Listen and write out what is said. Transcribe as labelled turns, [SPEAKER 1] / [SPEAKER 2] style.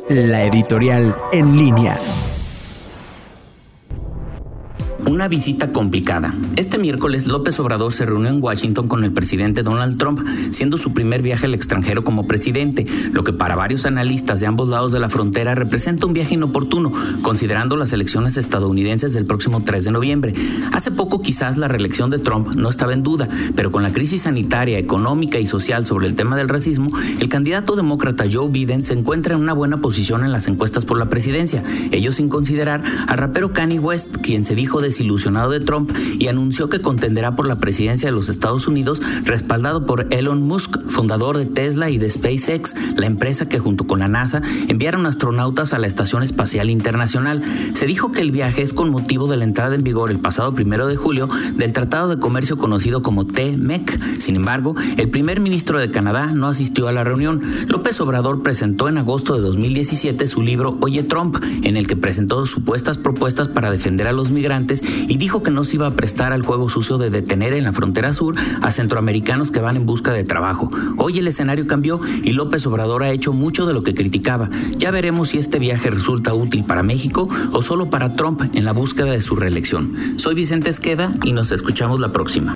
[SPEAKER 1] La editorial en línea.
[SPEAKER 2] Una visita complicada. Este miércoles, López Obrador se reunió en Washington con el presidente Donald Trump, siendo su primer viaje al extranjero como presidente, lo que para varios analistas de ambos lados de la frontera representa un viaje inoportuno, considerando las elecciones estadounidenses del próximo 3 de noviembre. Hace poco quizás la reelección de Trump no estaba en duda, pero con la crisis sanitaria, económica y social sobre el tema del racismo, el candidato demócrata Joe Biden se encuentra en una buena posición en las encuestas por la presidencia, ello sin considerar al rapero Kanye West, quien se dijo desilusionado de Trump y anunció que contenderá por la presidencia de los Estados Unidos, respaldado por Elon Musk, fundador de Tesla y de SpaceX, la empresa que junto con la NASA enviaron astronautas a la Estación Espacial Internacional. Se dijo que el viaje es con motivo de la entrada en vigor el pasado 1 de julio del Tratado de Comercio conocido como TMEC. Sin embargo, el primer ministro de Canadá no asistió a la reunión. López Obrador presentó en agosto de 2017 su libro Oye Trump, en el que presentó supuestas propuestas para defender a los migrantes y dijo que no se iba a prestar al juego sucio de detener en la frontera sur a centroamericanos que van en busca de trabajo. Hoy el escenario cambió y López Obrador ha hecho mucho de lo que criticaba. Ya veremos si este viaje resulta útil para México o solo para Trump en la búsqueda de su reelección. Soy Vicente Esqueda y nos escuchamos la próxima.